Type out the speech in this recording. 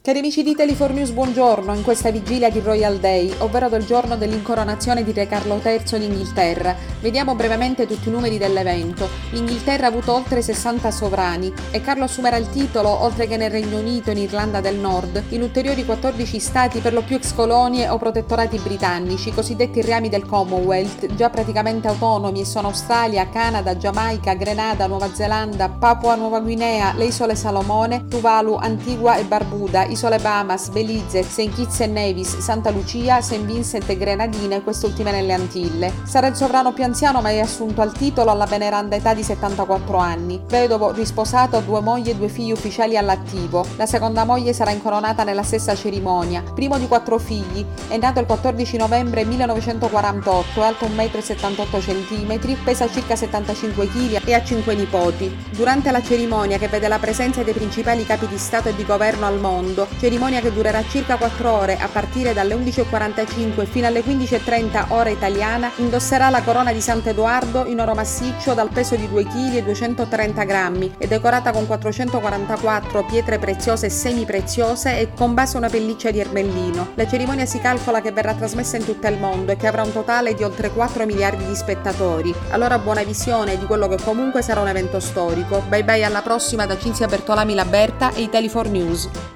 Cari amici di Tele4News, buongiorno. In questa vigilia di Royal Day, ovvero del giorno dell'incoronazione di Re Carlo III in Inghilterra, vediamo brevemente tutti i numeri dell'evento. L'Inghilterra ha avuto oltre 60 sovrani e Carlo assumerà il titolo, oltre che nel Regno Unito e in Irlanda del Nord, in ulteriori 14 stati, per lo più ex colonie o protettorati britannici, cosiddetti reami del Commonwealth, già praticamente autonomi, e sono Australia, Canada, Giamaica, Grenada, Nuova Zelanda, Papua Nuova Guinea, le Isole Salomone, Tuvalu, Antigua e Barbuda, Isole Bahamas, Belize, St. Kitts e Nevis, Santa Lucia, St. Vincent e Grenadine, quest'ultime nelle Antille. Sarà il sovrano più anziano mai assunto al titolo alla veneranda età di 74 anni. Vedovo, risposato, ha 2 mogli e 2 figli ufficiali all'attivo. La seconda moglie sarà incoronata nella stessa cerimonia. Primo di 4 figli, è nato il 14 novembre 1948, è alto 1,78 m, pesa circa 75 kg e ha 5 nipoti. Durante la cerimonia, che vede la presenza dei principali capi di Stato e di governo al mondo, cerimonia che durerà circa 4 ore a partire dalle 11:45 fino alle 15:30 ora italiana, indosserà la corona di Sant'Edoardo in oro massiccio dal peso di 2 kg e 230 grammi e decorata con 444 pietre preziose e semipreziose e con base una pelliccia di ermellino. La cerimonia si calcola che verrà trasmessa in tutto il mondo e che avrà un totale di oltre 4 miliardi di spettatori. Allora buona visione di quello che comunque sarà un evento storico. Bye bye, alla prossima da Cinzia Bertolami Laberta e i Tele4News.